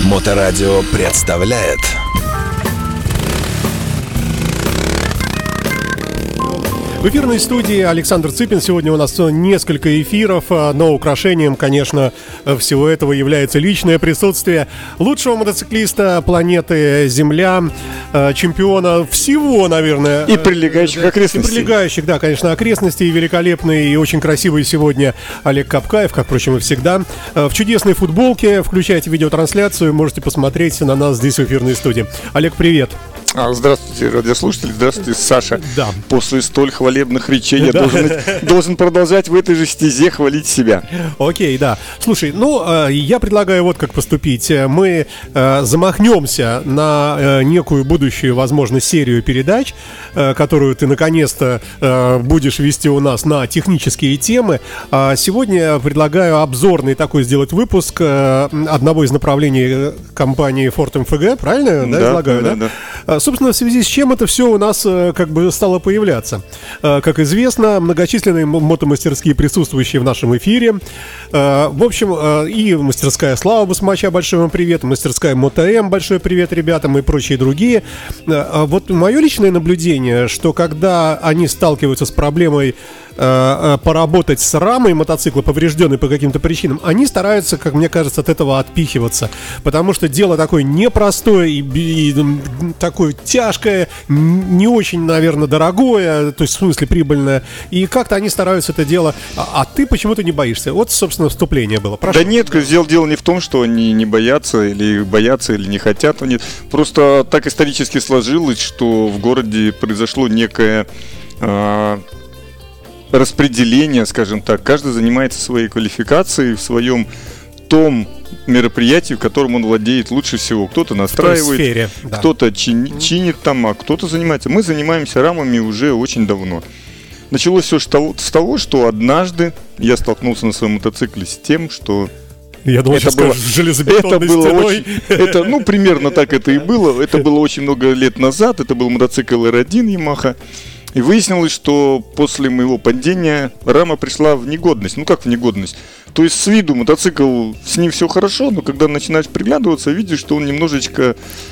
Моторадио представляет В эфирной студии Александр Цыпин. Сегодня у нас несколько эфиров, но украшением, конечно, всего этого является личное присутствие лучшего мотоциклиста планеты Земля, чемпиона всего, наверное. И прилегающих окрестностей. И прилегающих, да, конечно, окрестностей. Великолепный и очень красивый сегодня Олег Капкаев, как, впрочем, и всегда. В чудесной футболке. Включайте видеотрансляцию, можете посмотреть на нас здесь в эфирной студии. Олег, привет. Здравствуйте, радиослушатели, здравствуйте, Саша. Да. После столь хвалебных речей я должен продолжать в этой же стезе хвалить себя. Окей, да. Слушай, я предлагаю вот как поступить. Мы замахнемся на некую будущую, возможно, серию передач, которую ты наконец-то будешь вести у нас на технические темы. Сегодня предлагаю обзорный такой сделать выпуск одного из направлений компании Ford MFG, правильно? Да, излагаю, да? Собственно, в связи с чем это все у нас как бы стало появляться. Как известно, многочисленные мотомастерские, присутствующие в нашем эфире. В общем, и мастерская Слава Басмача, большой вам привет, мастерская МоtoМ, большой привет ребятам и прочие другие. Вот мое личное наблюдение, что когда они сталкиваются с проблемой поработать с рамой мотоцикла, поврежденной по каким-то причинам, они стараются, как мне кажется, от этого отпихиваться. Потому что дело такое непростое и такое тяжкое, не очень, наверное, дорогое, то есть в смысле прибыльное. И как-то они стараются это дело. А ты почему-то не боишься. Вот, собственно, вступление было. Прошу. Да нет, дело не в том, что они не боятся или не хотят. Они просто так исторически сложилось, что в городе произошло некое распределение, скажем так. Каждый занимается своей квалификацией в своем том мероприятии, в котором он владеет лучше всего. Кто-то настраивает, сфере, да. Кто-то чинит там, а кто-то занимается. Мы занимаемся рамами уже очень давно. Началось все с того, что однажды я столкнулся на своем мотоцикле с тем, что я думал, сейчас скажешь, железобетонной стеной. Примерно так это и было. Это было очень много лет назад. Это был мотоцикл R1 Yamaha. И выяснилось, что после моего падения рама пришла в негодность. Ну как в негодность? То есть с виду мотоцикл, с ним все хорошо, но когда начинаешь приглядываться, видишь, что он немножечко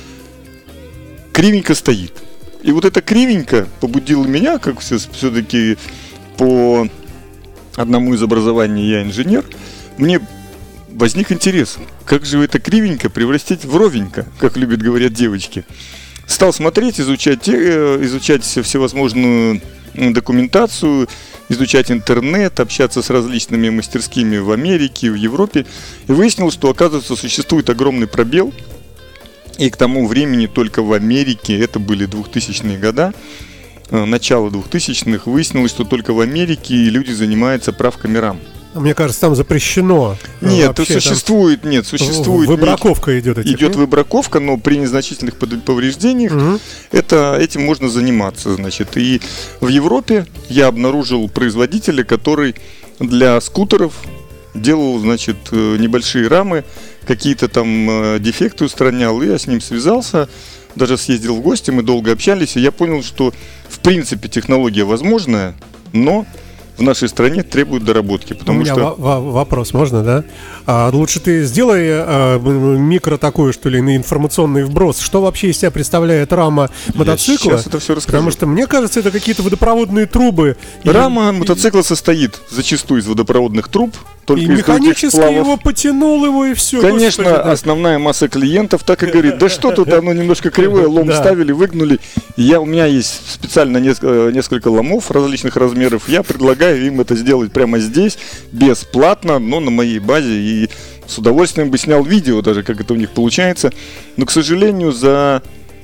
кривенько стоит. И вот эта кривенько побудила меня, как все-таки по одному из образований я инженер, мне возник интерес, как же это кривенько превратить в ровенько, как любят говорят девочки. Стал смотреть, изучать всевозможную документацию, изучать интернет, общаться с различными мастерскими в Америке, в Европе. И выяснилось, что, оказывается, существует огромный пробел. И к тому времени только в Америке, это были 2000-е годы, начало 2000-х, выяснилось, что только в Америке люди занимаются правками рам. Мне кажется, там запрещено. Нет, существует. Выбраковка идет. Идет выбраковка, но при незначительных повреждениях этим можно заниматься, значит. И в Европе я обнаружил производителя, который для скутеров делал, значит, небольшие рамы, какие-то там дефекты устранял. И я с ним связался, даже съездил в гости, мы долго общались, и я понял, что в принципе технология возможная, но в нашей стране требуют доработки, потому У меня вопрос, можно, да? Лучше ты сделай микро такой, что ли, на информационный вброс. Что вообще из себя представляет рама мотоцикла? Я сейчас это все расскажу. Потому что, мне кажется, это какие-то водопроводные трубы. Рама мотоцикла состоит зачастую из водопроводных труб. Только и механически его потянул его, и все. Конечно, Господи, основная масса клиентов так и говорит: да что тут, оно немножко кривое, лом ставили, выгнули. У меня есть специально несколько ломов различных размеров. Я предлагаю им это сделать прямо здесь, бесплатно, но на моей базе. И с удовольствием бы снял видео даже, как это у них получается. Но, к сожалению, за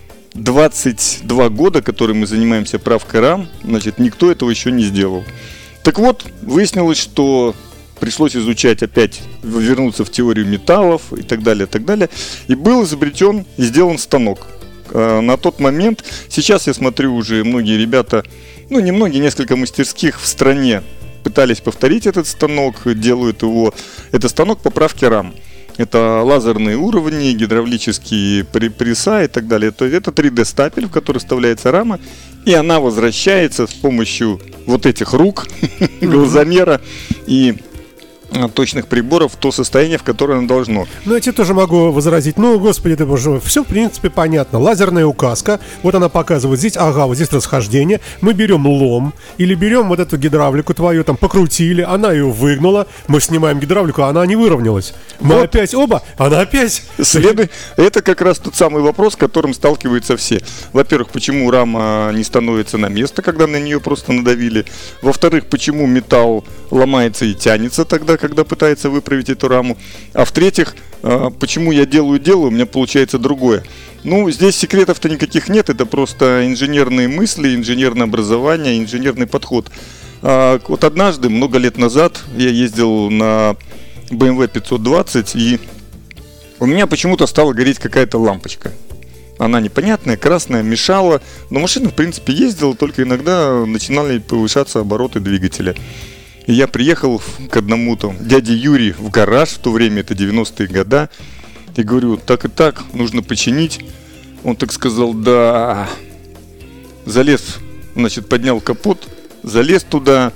22 года, которые мы занимаемся правкой рам, значит, никто этого еще не сделал. Так вот, выяснилось, что пришлось изучать опять, вернуться в теорию металлов и так далее, так далее. И был изобретен и сделан станок. На тот момент, сейчас я смотрю, уже многие ребята, несколько мастерских в стране пытались повторить этот станок, делают его. Это станок поправки рам. Это лазерные уровни, гидравлические пресса и так далее. Это 3D-стапель, в который вставляется рама, и она возвращается с помощью вот этих рук, глазомера и точных приборов в то состояние, в которое оно должно. Ну, я тебе тоже могу возразить. Ну, господи ты боже мой, все в принципе понятно. Лазерная указка, вот она показывает здесь, ага, вот здесь расхождение. Мы берем лом или берем вот эту гидравлику твою, там, покрутили, она ее выгнула, мы снимаем гидравлику, а она не выровнялась. Мы вот. опять оба, она опять... Это как раз тот самый вопрос, с которым сталкиваются все. Во-первых, почему рама не становится на место, когда на нее просто надавили. Во-вторых, почему металл ломается и тянется тогда, когда пытается выправить эту раму. А в-третьих, почему я делаю, у меня получается другое. Ну, здесь секретов-то никаких нет, это просто инженерные мысли, инженерное образование, инженерный подход. Вот однажды, много лет назад, я ездил на BMW 520, и у меня почему-то стала гореть какая-то лампочка. Она непонятная, красная, мешала, но машина, в принципе, ездила, только иногда начинали повышаться обороты двигателя. И я приехал к одному там дяде Юре в гараж, в то время это 90-е годы, и говорю, так и так, нужно починить. Он так сказал, да. Залез, значит, поднял капот, залез туда,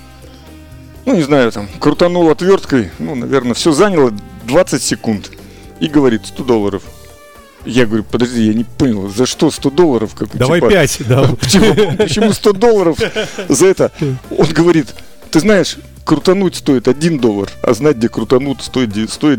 ну, не знаю, там, крутанул отверткой, ну, наверное, все заняло 20 секунд. И говорит, $100. Я говорю, подожди, я не понял, за что $100? Как, давай типа, 5, да. Почему $100 за это? Он говорит, ты знаешь, крутануть стоит $1, а знать, где крутануть, стоит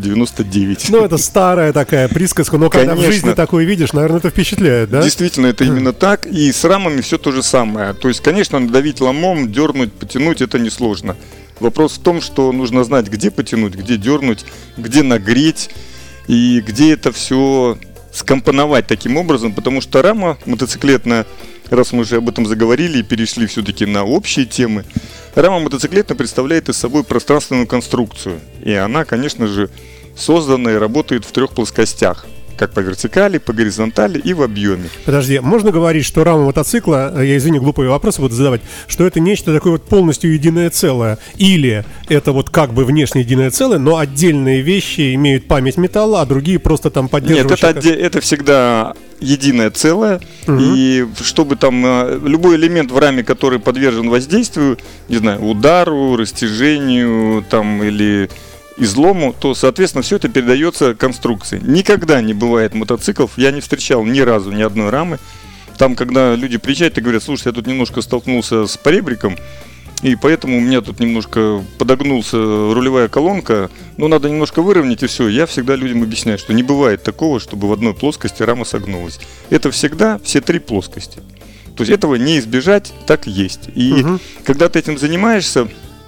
99. Ну, это старая такая присказка, но когда в жизни такое видишь, наверное, это впечатляет, да? Действительно, это именно так, и с рамами все то же самое. То есть, конечно, надавить ломом, дернуть, потянуть, это несложно. Вопрос в том, что нужно знать, где потянуть, где дернуть, где нагреть, и где это все скомпоновать таким образом, потому что рама мотоциклетная, раз мы уже об этом заговорили и перешли все-таки на общие темы, рама мотоциклетная представляет из собой пространственную конструкцию. И она, конечно же, создана и работает в 3 плоскостях. Как по вертикали, по горизонтали и в объеме. Подожди, можно говорить, что рама мотоцикла, я извини, глупые вопросы буду задавать, что это нечто такое вот полностью единое целое? Или это вот как бы внешне единое целое, но отдельные вещи имеют память металла, а другие просто там поддерживающие? Нет, это всегда единое целое. И чтобы там любой элемент в раме, который подвержен воздействию, не знаю, удару, растяжению там или излому, то, соответственно, все это передается конструкции. Никогда не бывает мотоциклов, я не встречал ни разу ни одной рамы. Там, когда люди приезжают и говорят, слушай, я тут немножко столкнулся с поребриком, и поэтому у меня тут немножко подогнулся рулевая колонка, но надо немножко выровнять, и все. Я всегда людям объясняю, что не бывает такого, чтобы в одной плоскости рама согнулась. Это всегда все 3 плоскости. То есть этого не избежать, так и есть. И когда ты этим занимаешься,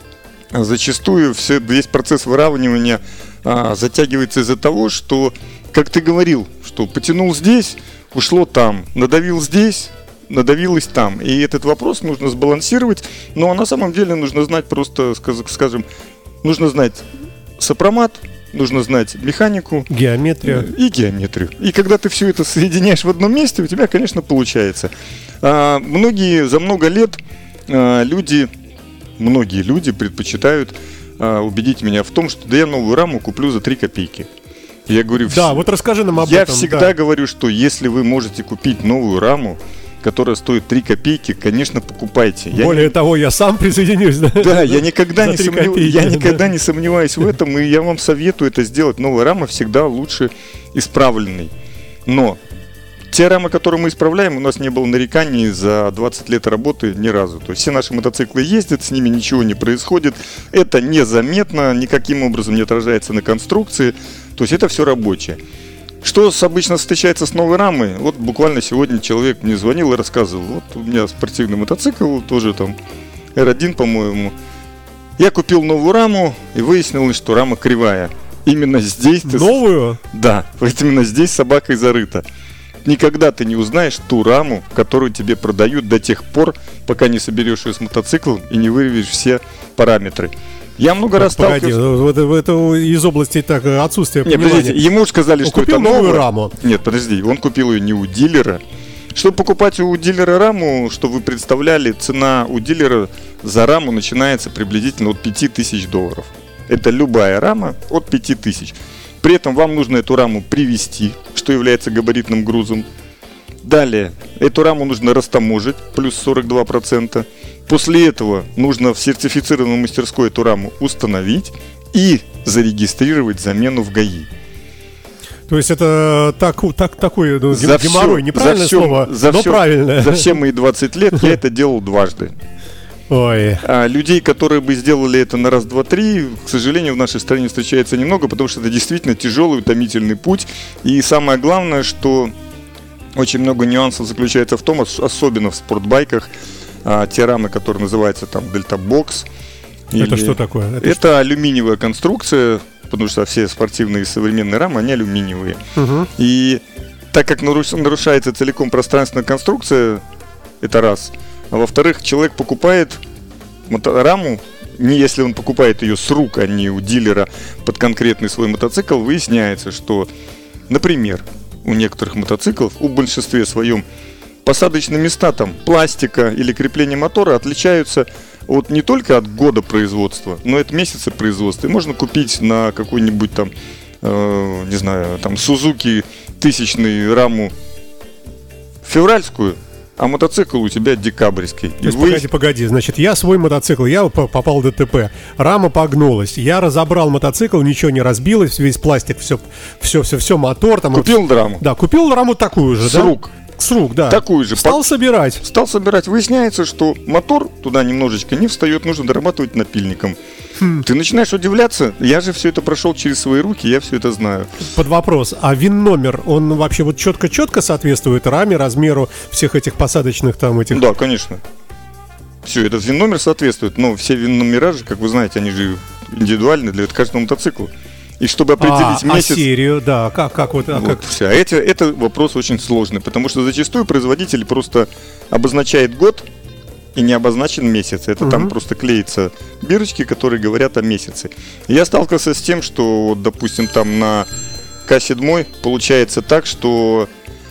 зачастую весь процесс выравнивания затягивается из-за того, что, как ты говорил, что потянул здесь, ушло там, надавил здесь, надавилось там. И этот вопрос нужно сбалансировать, но на самом деле нужно знать просто, скажем, нужно знать сопромат, нужно знать механику, геометрию. И геометрию. И когда ты все это соединяешь в одном месте, у тебя, конечно, получается. Многие за много лет многие люди предпочитают убедить меня в том, что да я новую раму куплю за 3 копейки. Я говорю, да, вот расскажи нам об этом. Я этом, всегда говорю, что если вы можете купить новую раму, которая стоит 3 копейки, конечно, покупайте. Более того, я сам присоединюсь. Да, я никогда не сомневаюсь в этом, и я вам советую это сделать. Новая рама всегда лучше исправленной. Но те рамы, которые мы исправляем, у нас не было нареканий за 20 лет работы ни разу. То есть все наши мотоциклы ездят, с ними ничего не происходит. Это незаметно, никаким образом не отражается на конструкции. То есть это все рабочее. Что обычно встречается с новой рамой? Вот буквально сегодня человек мне звонил и рассказывал. Вот у меня спортивный мотоцикл, тоже там R1, по-моему. Я купил новую раму и выяснилось, что рама кривая. Именно здесь... Новую? Да, вот именно здесь собакой зарыта. Никогда ты не узнаешь ту раму, которую тебе продают до тех пор, пока не соберешь ее с мотоциклом и не выявишь все параметры. Я много раз сталкивался... Это из области так, отсутствия понимания. Нет, подождите, ему сказали, что это новую раму. Нет, подожди, он купил ее не у дилера. Чтобы покупать у дилера раму, чтобы вы представляли, цена у дилера за раму начинается приблизительно от $5000. Это любая рама от 5000. При этом вам нужно эту раму привезти, что является габаритным грузом. Далее, эту раму нужно растаможить, плюс 42%. После этого нужно в сертифицированной мастерской эту раму установить. и зарегистрировать замену в ГАИ. То есть это такой геморрой, неправильное слово, но правильное. За все мои 20 лет я это делал дважды. Ой. А людей, которые бы сделали это на раз, два, три, к сожалению, в нашей стране встречается немного, потому что это действительно тяжелый, утомительный путь. И самое главное, что очень много нюансов заключается в том, особенно в спортбайках, те рамы, которые называются там Delta Box. Это что такое? Это алюминиевая конструкция, потому что все спортивные современные рамы, они алюминиевые. Угу. И так как нарушается целиком пространственная конструкция, это раз. А во-вторых, человек покупает раму, не если он покупает ее с рук, а не у дилера под конкретный свой мотоцикл, выясняется, что, например, у некоторых мотоциклов, в большинстве своем, посадочные места там пластика или крепления мотора отличаются не только от года производства, но и от месяца производства. И можно купить на какую-нибудь там, не знаю, там Suzuki 1000 раму февральскую, а мотоцикл у тебя декабрьский. То есть, погоди, значит, я свой мотоцикл, я попал в ДТП, рама погнулась, я разобрал мотоцикл, ничего не разбилось, весь пластик, все, мотор там. Купил раму. Да, купил раму такую же, с рук. С рук, да. Такую же. Стал собирать. Выясняется, что мотор туда немножечко не встает, нужно дорабатывать напильником. Ты начинаешь удивляться, я же все это прошел через свои руки, я все это знаю. Под вопрос, а ВИН-номер, он вообще четко соответствует раме, размеру всех этих посадочных там этих? Да, конечно. Все, этот ВИН-номер соответствует, но все ВИН-номера же, как вы знаете, они же индивидуальны для каждого мотоцикла. И чтобы определить месяц... А серию, да, как вот... как? Все. Это вопрос очень сложный, потому что зачастую производитель просто обозначает год и не обозначен месяц. Это там просто клеятся бирочки, которые говорят о месяце. И я сталкивался с тем, что, допустим, там на К7 получается так, что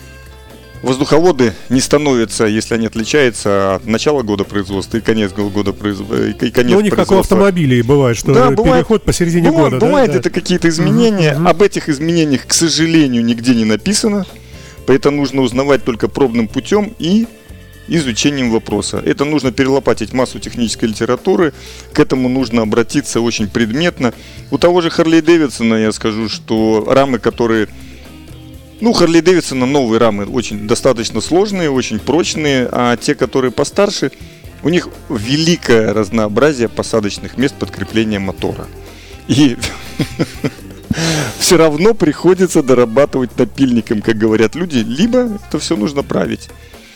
воздуховоды не становятся, если они отличаются от начала года производства и конец года производства. Ну, у них как у автомобилей бывает, что да, переход посередине года. Бывает, да? Это какие-то изменения. Об этих изменениях, к сожалению, нигде не написано. Поэтому нужно узнавать только пробным путем и изучением вопроса. Это нужно перелопатить массу технической литературы. К этому нужно обратиться очень предметно. У того же Харли Дэвидсона я скажу, что рамы, которые... Харли Дэвидсона новые рамы очень достаточно сложные, очень прочные, а те, которые постарше, у них великое разнообразие посадочных мест под крепление мотора. И все равно приходится дорабатывать напильником, как говорят люди, либо это все нужно править.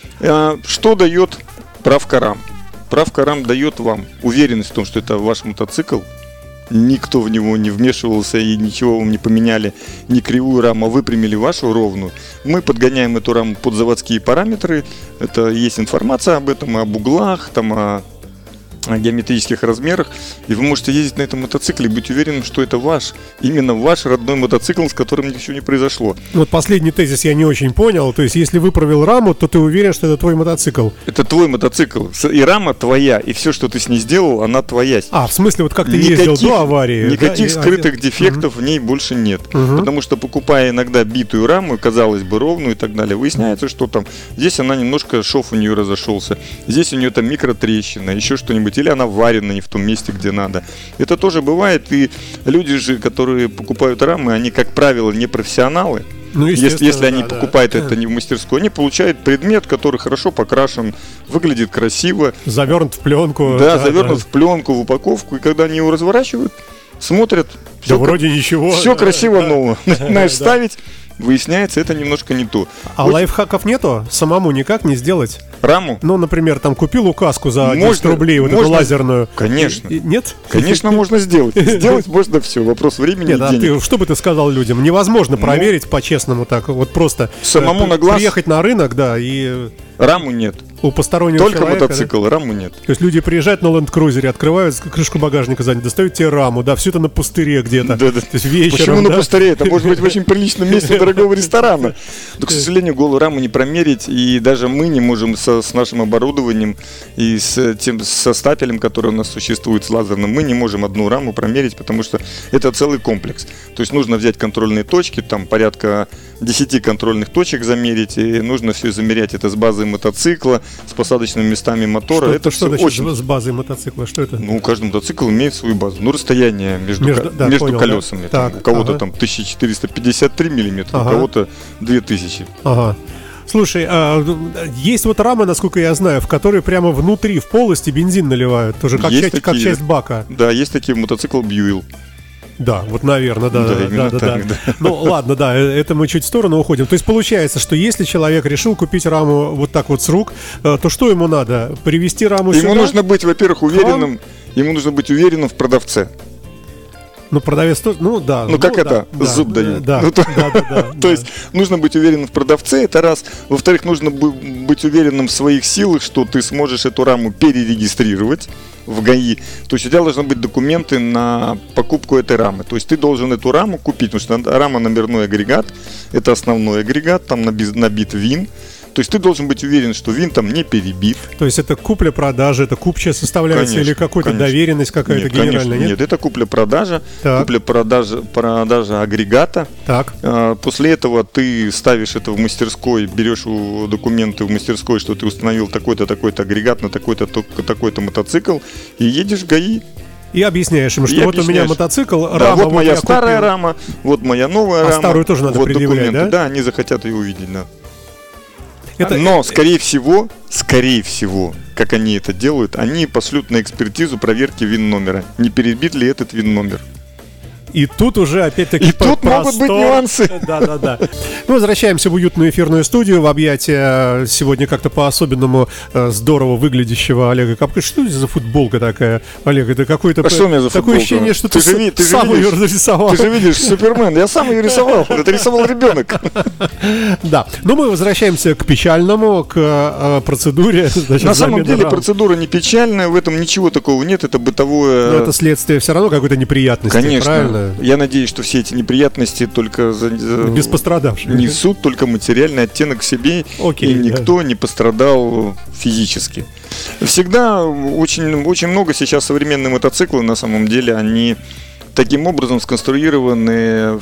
Что дает правка рам? Правка рам дает вам уверенность в том, что это ваш мотоцикл. Никто в него не вмешивался и ничего вам не поменяли, ни кривую раму, а выпрямили вашу ровную. Мы подгоняем эту раму под заводские параметры. Это есть информация об этом, об углах, там, о геометрических размерах. И вы можете ездить на этом мотоцикле и быть уверенным, что это именно ваш родной мотоцикл, с которым ничего не произошло. Вот последний тезис я не очень понял. То есть, если выправил раму, то ты уверен, что это твой мотоцикл? Это твой мотоцикл. И рама твоя, и все, что ты с ней сделал, она твоя. В смысле, вот как ты ездил до аварии? Никаких скрытых дефектов в ней больше нет. Потому что, покупая иногда битую раму, казалось бы, ровную и так далее, выясняется, что там здесь она немножко, шов у нее разошелся, здесь у нее там микротрещина, еще что-нибудь. Или она варена не в том месте, где надо. Это тоже бывает. И люди же, которые покупают рамы, они, как правило, не профессионалы. Если они покупают это не в мастерской, они получают предмет, который хорошо покрашен, выглядит красиво. Завернут в пленку. Да, завернут в пленку, в упаковку. И когда они его разворачивают, смотрят. Да вроде ничего. Все красиво ново. Начинаешь ставить. Выясняется, это немножко не то. Лайфхаков нету? Самому никак не сделать? Раму? Например, там купил указку за 10 рублей, вот эту лазерную. Конечно. Нет? Конечно, можно сделать. Сделать можно все. Вопрос времени и денег. Что бы ты сказал людям? Невозможно проверить по-честному так. Вот просто самому на глаз. Приехать на рынок, да, и... Раму нет. У постороннего только человека, мотоцикл, да? Раму нет. То есть люди приезжают на ленд-крузере, открывают крышку багажника сзади, достают тебе раму, да, все это на пустыре где-то. Да. То есть вечером, почему на пустыре? Это может быть в очень приличном месте дорогого ресторана. Но, к сожалению, голую раму не промерить, и даже мы не можем с нашим оборудованием и со стапелем, который у нас существует, с лазерным, мы не можем одну раму промерить, потому что это целый комплекс. То есть нужно взять контрольные точки, там порядка 10 контрольных точек замерить, и нужно все замерять это с базы мотоцикла, с посадочными местами мотора. Это что значит очень... с базой мотоцикла? Что это? Ну, каждый мотоцикл имеет свою базу. Ну, расстояние между понял, колесами. Да? Там, Так, у кого-то там 1453 миллиметра, у кого-то 2000. Ага. Слушай, есть вот рамы, насколько я знаю, в которые прямо внутри, в полости бензин наливают, тоже как часть бака. Да, есть такие мотоциклы Buell. Да, вот, наверное, да. Да. Ну, ладно, да, это мы чуть в сторону уходим. То есть получается, что если человек решил купить раму вот так вот с рук, то что ему надо? Привезти раму сюда? Ему нужно быть, во-первых, уверенным в продавце. Ну, продавец тоже, ну да. Ну, как это? Зуб дают. Да. То есть нужно быть уверенным в продавце, это раз. Во-вторых, нужно быть уверенным в своих силах, что ты сможешь эту раму перерегистрировать в ГАИ. То есть у тебя должны быть документы на покупку этой рамы. То есть ты должен эту раму купить, потому что рама номерной агрегат, это основной агрегат, там набит ВИН. То есть ты должен быть уверен, что ВИН там не перебит. То есть это купля-продажа, это купчая составляется, конечно, или какая-то доверенность какая-то генеральная? Нет, это купля-продажа, купля-продажа агрегата. Так. После этого ты ставишь это в мастерской, берешь документы в мастерской, что ты установил такой-то, такой-то агрегат на такой-то, такой-то мотоцикл, и едешь в ГАИ. И объясняешь им, что вот у меня мотоцикл, да, рама, вот моя старая рама, вот моя новая рама. А старую тоже надо предъявлять, документы, да? Да, они захотят ее увидеть, да. Но, скорее всего, как они это делают, они пошлют на экспертизу проверки ВИН-номера. Не перебит ли этот ВИН-номер? И тут уже опять-таки тут могут быть нюансы. Да. Мы возвращаемся в уютную эфирную студию, в объятия сегодня как-то по-особенному здорово выглядящего Олега Капка. Что это за футболка такая, Олег? Это какой-то... А что у меня за футболка? Такое ощущение, что ты сам ее нарисовал. Ты же видишь, Супермен, я сам ее рисовал. Это рисовал ребенок. Да, но мы возвращаемся к печальному, к процедуре. На самом деле процедура не печальная, в этом ничего такого нет, это бытовое... Но это следствие все равно какой-то неприятности, конечно, правильно? Я надеюсь, что все эти неприятности только без пострадавших несут только материальный оттенок себе, и никто не пострадал физически. Всегда очень много сейчас современные мотоциклы, на самом деле, они таким образом сконструированы,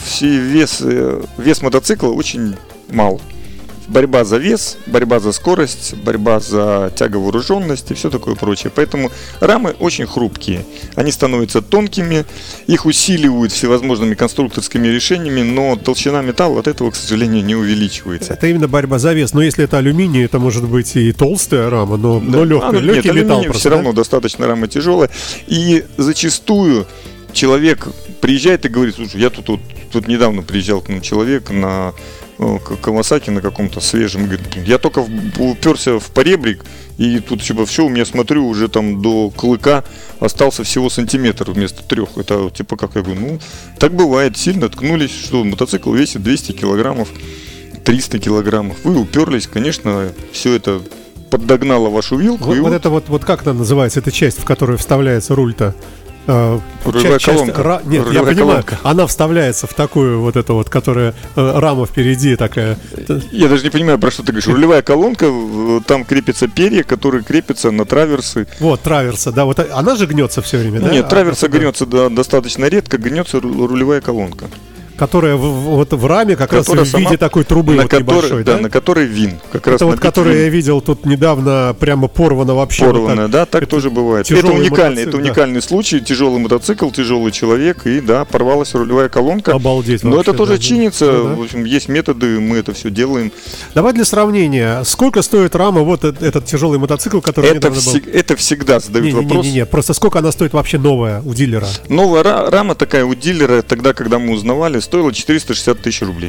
вес мотоцикла очень мал. Борьба за вес, борьба за скорость, борьба за тяговооруженность и все такое прочее. Поэтому рамы очень хрупкие. Они становятся тонкими, их усиливают всевозможными конструкторскими решениями, но толщина металла от этого, к сожалению, не увеличивается. Это именно борьба за вес. Но если это алюминий, это может быть и толстая рама, но легкий металл. Нет, все равно достаточно рама тяжелая. И зачастую человек приезжает и говорит: слушай, я тут недавно приезжал к нам человек на Кавасаки на каком-то свежем, говорит, я только уперся в поребрик, и тут типа все, у меня, смотрю, уже там до клыка остался всего сантиметр вместо 3. Это типа как, я говорю, ну, так бывает, сильно ткнулись, что мотоцикл весит 200 килограммов, 300 килограммов, вы уперлись, конечно, все это подогнало вашу вилку. Вот это вот как она называется, эта часть, в которую вставляется руль-то? Рулевая колонка. Нет, рулевая, я понимаю, колонка. Она вставляется в такую вот эту вот, которая рама впереди такая. Я даже не понимаю, про что ты говоришь. Рулевая колонка, там крепится перья, которые крепятся на траверсы. Вот, траверса, да, вот она же гнется все время, да? Нет, траверса гнется достаточно редко, гнется рулевая колонка. Которая вот в раме как раз в виде такой трубы вот небольшой, да? На которой ВИН. Как раз это вот, которую я видел тут недавно, прямо порвано вообще. Порвано, вот так, да, так тоже бывает. Это уникальный случай, тяжелый мотоцикл, тяжелый человек, и да, порвалась рулевая колонка. Обалдеть Но вообще, это тоже чинится, в общем, есть методы, мы это все делаем. Давай для сравнения, сколько стоит рама, вот этот тяжелый мотоцикл, который недавно был? Это всегда задают вопрос. Не, просто сколько она стоит вообще новая у дилера? Новая рама такая у дилера, тогда, когда мы узнавали, стоила 460 тысяч рублей.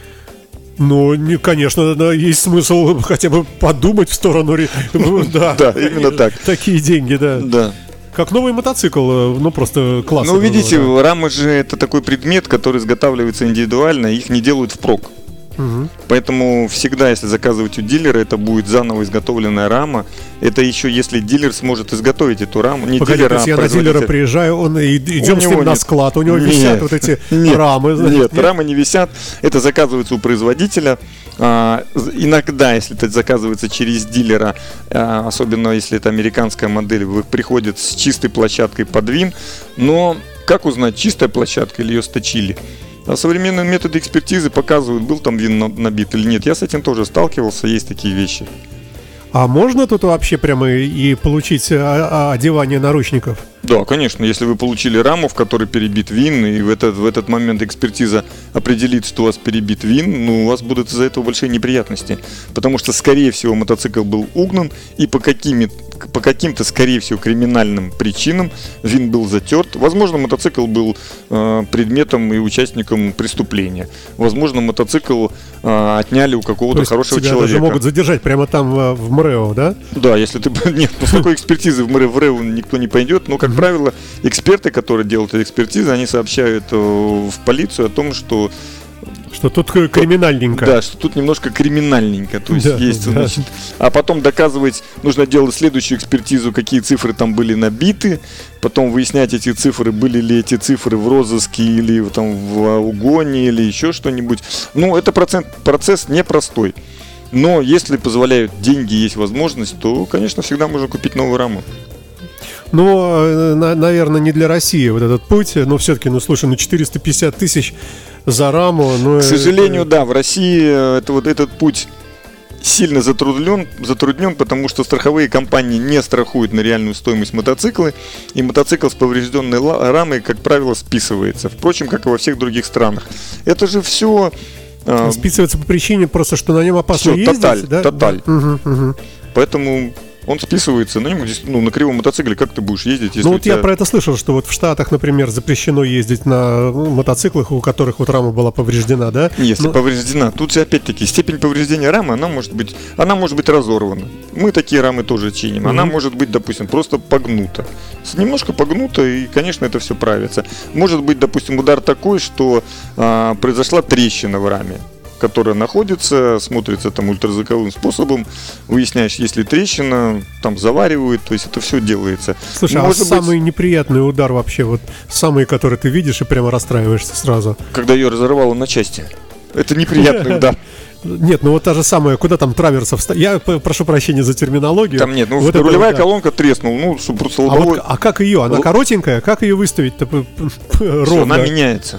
Ну, конечно, есть смысл хотя бы подумать в сторону. Да, именно так. Такие деньги, да. Да. Как новый мотоцикл, ну просто классно. Ну, видите, рамы же это такой предмет, который изготавливается индивидуально, их не делают впрок. Угу. Поэтому всегда, если заказывать у дилера, это будет заново изготовленная рама. Это еще если дилер сможет изготовить эту раму. Не погоди, дилера, то есть я на дилера приезжаю, идем с ним на склад, у него висят вот эти рамы. Нет, рамы не висят. Это заказывается у производителя. Иногда, если это заказывается через дилера, особенно если это американская модель, приходит с чистой площадкой под ВИН. Но как узнать, чистая площадка или ее сточили? А современные методы экспертизы показывают, был там ВИН набит или нет. Я с этим тоже сталкивался, есть такие вещи. А можно тут вообще прямо и получить одевание наручников? Да, конечно, если вы получили раму, в которой перебит вин, и в этот момент экспертиза определит, что у вас перебит вин, ну, у вас будут из-за этого большие неприятности. Потому что, скорее всего, мотоцикл был угнан, и по каким-то, скорее всего, криминальным причинам вин был затерт. Возможно, мотоцикл был предметом и участником преступления. Возможно, мотоцикл отняли у какого-то хорошего тебя человека. Даже могут задержать прямо там в МРЭО, да? Да, если ты... Нет, ну с такой экспертизы в МРЭО никто не пойдет. Но, как правило, эксперты, которые делают эти экспертизы, они сообщают в полицию о том, что тут криминальненько. Да, что тут немножко криминальненько. То есть да, есть, да. значит, а потом доказывать, нужно делать следующую экспертизу, какие цифры там были набиты, потом выяснять эти цифры, были ли эти цифры в розыске или там в угоне или еще что-нибудь. Ну, это процесс непростой. Но если позволяют деньги, есть возможность, то, конечно, всегда можно купить новую раму. Ну, наверное, не для России вот этот путь. Но все-таки, слушай, 450 тысяч за раму. К сожалению, да, в России этот путь сильно затруднен, потому что страховые компании не страхуют на реальную стоимость мотоцикла, и мотоцикл с поврежденной рамой, как правило, списывается. Впрочем, как и во всех других странах. Это же все... Списывается по причине просто, что на нем опасно все, ездить, да? Тоталь. Угу. Поэтому он списывается на нем, на кривом мотоцикле, как ты будешь ездить, если я про это слышал, что вот в Штатах, например, запрещено ездить на мотоциклах, у которых вот рама была повреждена, да? Если повреждена, тут же опять-таки степень повреждения рамы, она может быть разорвана. Мы такие рамы тоже чиним. Она может быть, допустим, просто погнута. Немножко погнута, и, конечно, это все правится. Может быть, допустим, удар такой, что произошла трещина в раме, которая находится, смотрится там ультразвуковым способом, выясняешь, есть ли трещина, там заваривают, то есть это все делается. Слушай, самый неприятный удар вообще, вот самый, который ты видишь и прямо расстраиваешься сразу? Когда ее разорвало на части. Это неприятный удар. Нет, вот та же самая, куда там траверсов... Я прошу прощения за терминологию. Там нет, вот рулевая колонка треснула, просто лобовой... А как ее? Она коротенькая? Как ее выставить-то ровно? Все, она меняется.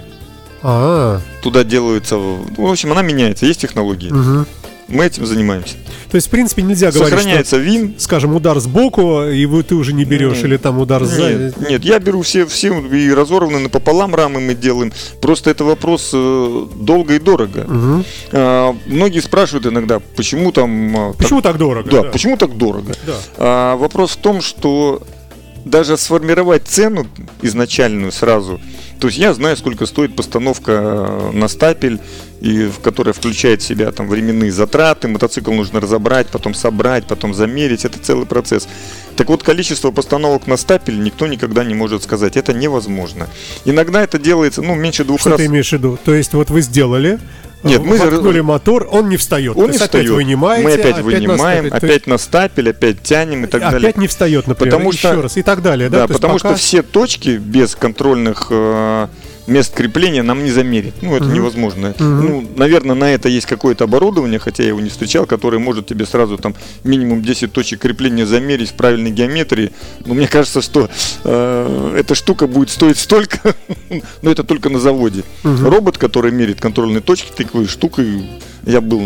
Туда делаются... В общем, она меняется, есть технологии. Мы этим занимаемся. То есть, в принципе, нельзя говорить, сохраняется вин. Скажем, удар сбоку, и ты уже не берешь, или там удар сзади. Нет, я беру все и разорванные напополам рамы мы делаем. Просто это вопрос долго и дорого. Многие спрашивают иногда, почему там... Почему так дорого? Да, почему так дорого? Да. Вопрос в том, что даже сформировать цену изначальную сразу... То есть я знаю, сколько стоит постановка на стапель, которая включает в себя там временные затраты. Мотоцикл нужно разобрать, потом собрать, потом замерить. Это целый процесс. Так вот, количество постановок на стапель никто никогда не может сказать. Это невозможно. Иногда это делается, меньше 2 раз. Что ты имеешь в виду? То есть вот вы сделали... Нет, мы воткнули мотор, он не встает. Он не встает. Опять вынимаете, мы опять вынимаем, опять на стапель, опять тянем и так далее. Опять не встает, например, потому еще что, раз и так далее. Да, потому что все точки без контрольных мест крепления нам не замерить. Это невозможно. Наверное, на это есть какое-то оборудование, хотя я его не встречал, которое может тебе сразу там минимум 10 точек крепления замерить в правильной геометрии. Но мне кажется, что эта штука будет стоить столько, но это только на заводе. Робот, который мерит контрольные точки, такой штукой. Я был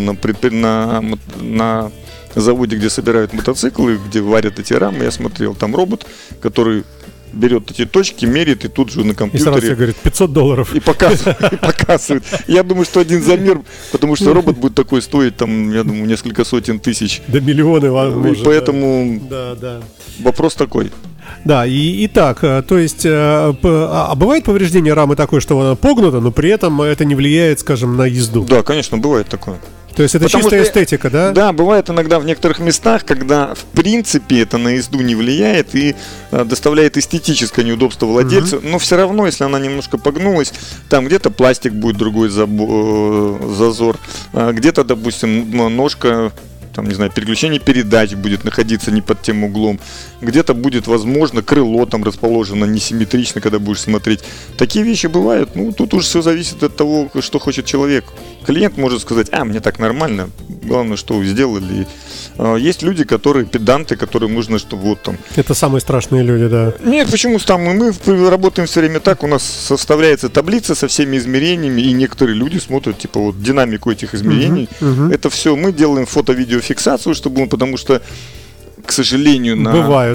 на заводе, где собирают мотоциклы, где варят эти рамы, я смотрел, там робот, который берет эти точки, мерит и тут же на компьютере. И сразу говорит $500. И показывает. Я думаю, что один замер, потому что робот будет такой стоить, там, я думаю, несколько сотен тысяч. До миллиона, возможно. И поэтому вопрос такой. Да, и так, то есть, бывает повреждение рамы такое, что она погнута, но при этом это не влияет, скажем, на езду? Да, конечно, бывает такое. То есть это чистая эстетика, да? Да, бывает иногда в некоторых местах, когда в принципе это на езду не влияет и доставляет эстетическое неудобство владельцу, но все равно, если она немножко погнулась, там где-то пластик будет другой зазор, где-то, допустим, ножка, там, не знаю, переключение передач будет находиться не под тем углом, где-то будет, возможно, крыло там расположено несимметрично, когда будешь смотреть. Такие вещи бывают, тут уже все зависит от того, что хочет человек. Клиент может сказать: мне так нормально, главное, что вы сделали. Есть люди, которые педанты, которым нужно, чтобы вот там... Это самые страшные люди, да. Нет, почему там? Мы работаем все время так, у нас составляется таблица со всеми измерениями, и некоторые люди смотрят, типа, вот динамику этих измерений. Это все, мы делаем фото-видеофиксацию, чтобы, потому что, к сожалению, бывают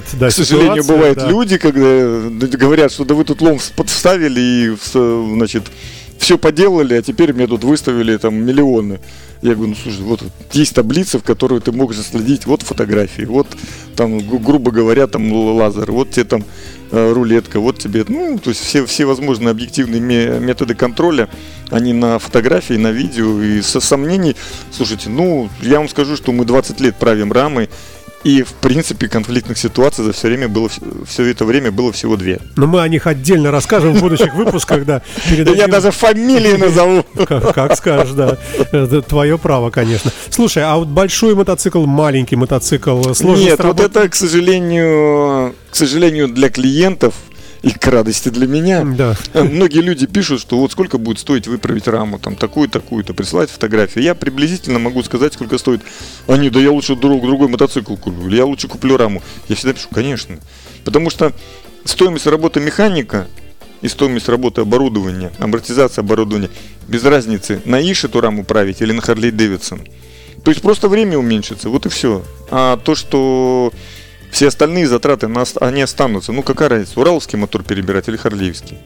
люди, когда говорят, что да вы тут лом подставили и, значит, все поделали, а теперь мне тут выставили там миллионы. Я говорю, ну слушай, вот есть таблица, в которой ты можешь следить, вот фотографии, вот там, грубо говоря, там лазер, вот тебе там рулетка, вот тебе, ну, то есть все возможные объективные методы контроля, они на фотографии, на видео, и со сомнений, слушайте, ну, я вам скажу, что мы 20 лет правим рамы, и, в принципе, конфликтных ситуаций за все это время было всего 2. Но мы о них отдельно расскажем в будущих выпусках, да. Я даже фамилии назову. Как скажешь, да. Это твое право, конечно. Слушай, а вот большой мотоцикл, маленький мотоцикл, сложно? Нет, вот это, к сожалению, для клиентов, и к радости для меня. Да. Многие люди пишут, что вот сколько будет стоить выправить раму, там такую-то, присылать фотографию. Я приблизительно могу сказать, сколько стоит. Они, да я лучше другой мотоцикл куплю, или я лучше куплю раму. Я всегда пишу, конечно. Потому что стоимость работы механика и стоимость работы оборудования, амортизация оборудования, без разницы, на ИШ эту раму править или на Harley Davidson. То есть просто время уменьшится, вот и все. А то, что все остальные затраты, они останутся. Ну, какая разница, ураловский мотор перебирать или харлеевский?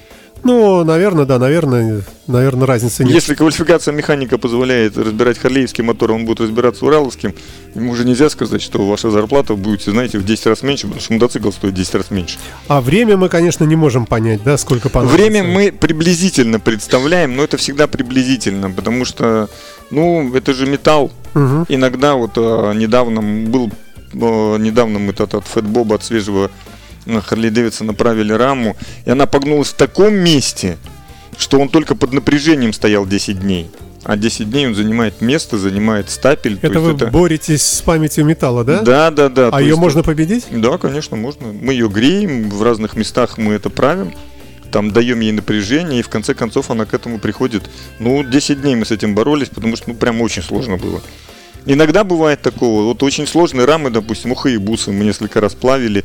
Ну, наверное, да, наверное, разницы нет. Если квалификация механика позволяет разбирать харлеевский мотор, он будет разбираться ураловским, ему уже нельзя сказать, что ваша зарплата будет, знаете, в 10 раз меньше, потому что мотоцикл стоит 10 раз меньше. А время мы, конечно, не можем понять, да, сколько понадобится. Время мы приблизительно представляем, но это всегда приблизительно, потому что, ну, это же металл. Иногда вот недавно мы от Фэтбоба, от свежего Харли Дэвидсона направили раму, и она погнулась в таком месте, что он только под напряжением стоял 10 дней. А 10 дней он занимает место, занимает стапель. Это вы боретесь с памятью металла, да? Да. А ее можно победить? Да, конечно, можно. Мы ее греем, в разных местах мы это правим, там даем ей напряжение, и в конце концов она к этому приходит. Ну, 10 дней мы с этим боролись, потому что, ну, прям очень сложно было. Иногда бывает такого, вот очень сложные рамы, допустим, у Хаябусы мы несколько раз правили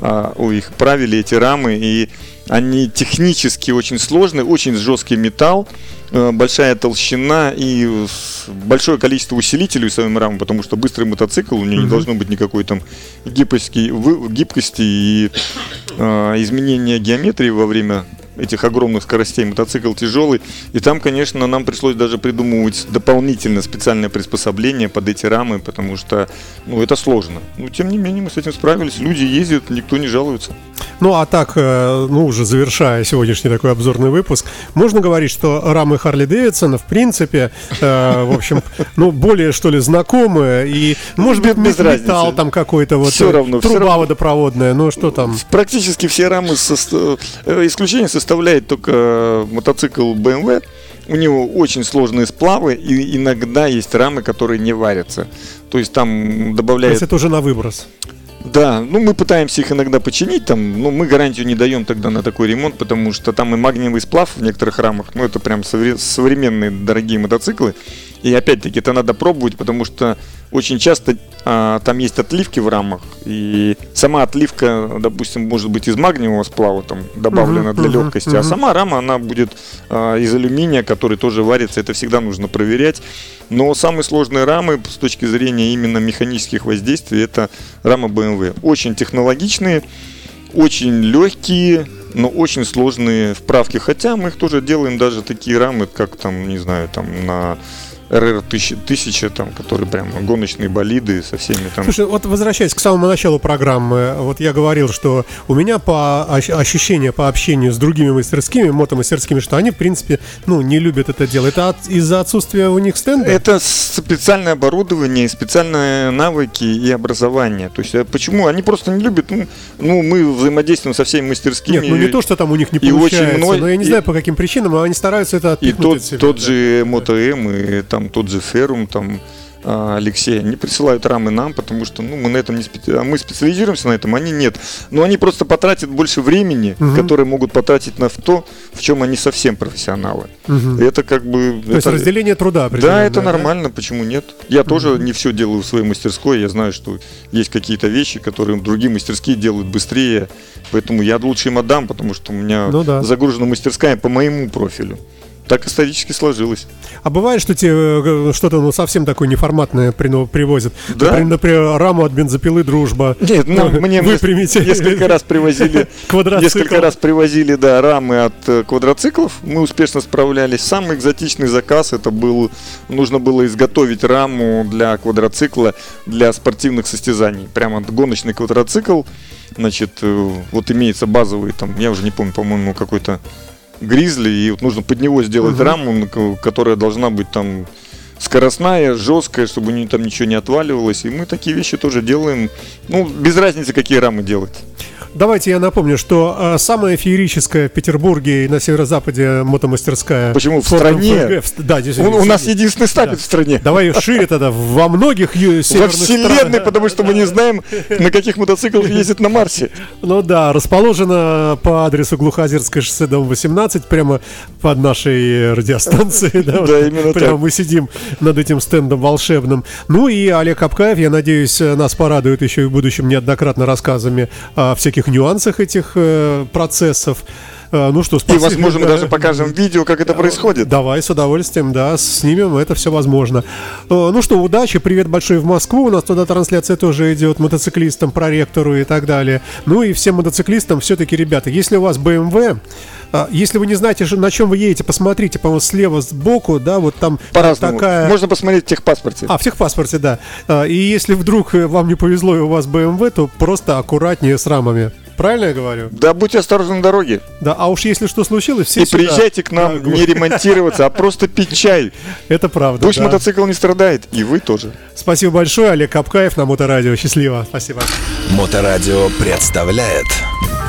эти рамы, и они технически очень сложные, очень жесткий металл, большая толщина и большое количество усилителей у самой рамы, потому что быстрый мотоцикл, у него не должно быть никакой там гибкости и изменения геометрии во время этих огромных скоростей. Мотоцикл тяжелый, и там, конечно, нам пришлось даже придумывать дополнительно специальное приспособление под эти рамы, потому что, ну, это сложно. Но, тем не менее, мы с этим справились. Люди ездят, никто не жалуется. Ну, а так, ну, уже завершая сегодняшний такой обзорный выпуск, можно говорить, что рамы Харли Дэвидсона, в принципе, в общем, ну, более, что ли, знакомые, и, может быть, металл там какой-то, вот, труба водопроводная, ну, что там? Практически все рамы, исключение составляет только мотоцикл BMW. У него очень сложные сплавы, и иногда есть рамы, которые не варятся. То есть там добавляют... То есть это уже на выброс? Да, ну мы пытаемся их иногда починить, там, но мы гарантию не даем тогда на такой ремонт, потому что там и магниевый сплав в некоторых рамах, ну это прям современные дорогие мотоциклы. И опять-таки это надо пробовать, потому что очень часто там есть отливки в рамах, и сама отливка, допустим, может быть из магниевого сплава там добавлена для легкости, а сама рама, она будет из алюминия, который тоже варится, это всегда нужно проверять. Но самые сложные рамы с точки зрения именно механических воздействий, это рама BMW. Очень технологичные, очень легкие, но очень сложные вправки. Хотя мы их тоже делаем, даже такие рамы, как там, не знаю, там на RR1000, там, которые прям гоночные болиды со всеми там. Слушай, вот возвращаясь к самому началу программы, вот я говорил, что у меня по ощущению, по общению с другими мастерскими, мотомастерскими, что они, в принципе, ну, не любят это дело. Это из-за отсутствия у них стенда? Это специальное оборудование, специальные навыки и образование. То есть, почему? Они просто не любят, ну мы взаимодействуем со всеми мастерскими. Нет, ну не то, что там у них не получается, но я не знаю, по каким причинам, но они стараются это отпихнуть от себя. Тот же Moto-M, и там тот же Ferrum, там Алексей, они присылают рамы нам, потому что мы на этом мы специализируемся на этом, они нет. Но они просто потратят больше времени, которое могут потратить на то, в чем они совсем профессионалы. Это как бы... То есть разделение труда определенное. Да, это нормально, почему нет? Я тоже не все делаю в своей мастерской, я знаю, что есть какие-то вещи, которые другие мастерские делают быстрее, поэтому я лучше им отдам, потому что у меня загружена мастерская по моему профилю. Так исторически сложилось. А бывает, что тебе что-то совсем такое неформатное привозят? Да? Например, раму от бензопилы «Дружба». Нет, мне несколько раз привозили рамы от квадроциклов. Мы успешно справлялись. Самый экзотичный заказ это был, нужно было изготовить раму для квадроцикла для спортивных состязаний. Прямо гоночный квадроцикл. Значит, вот имеется базовый, там, я уже не помню, по-моему, какой-то Гризли, и вот нужно под него сделать раму, которая должна быть там скоростная, жесткая, чтобы у нее там ничего не отваливалось. И мы такие вещи тоже делаем. Без разницы, какие рамы делать. Давайте я напомню, что самая феерическая в Петербурге и на северо-западе мотомастерская. Почему? В стране? Да, у нас единственный ставит в стране. Давай шире тогда, во многих северных во вселенной, потому что мы не знаем, на каких мотоциклах ездят на Марсе. Расположена по адресу Глухозерское шоссе, дом 18, прямо под нашей радиостанцией. Да, именно так. Прямо мы сидим над этим стендом волшебным. И Олег Абкаев, я надеюсь, нас порадует еще и в будущем неоднократно рассказами о всяких нюансах этих процессов. Спасибо. И, возможно, даже покажем видео, как это происходит. Давай, с удовольствием, снимем, это все возможно. Удачи, привет большой в Москву, у нас туда трансляция тоже идет, мотоциклистам, проректору и так далее. И всем мотоциклистам все-таки, ребята, если у вас BMW, если вы не знаете, на чем вы едете, посмотрите, по-моему, слева, сбоку, вот там по-разному. Такая... Можно посмотреть в техпаспорте. В техпаспорте, да. И если вдруг вам не повезло и у вас BMW, то просто аккуратнее с рамами. Правильно я говорю? Да, будьте осторожны на дороге. Да, а уж если что случилось, все и сюда. Приезжайте к нам не ремонтироваться, а просто пить чай. Это правда. Пусть мотоцикл не страдает, и вы тоже. Спасибо большое, Олег Абкаев на Моторадио. Счастливо. Спасибо. Моторадио представляет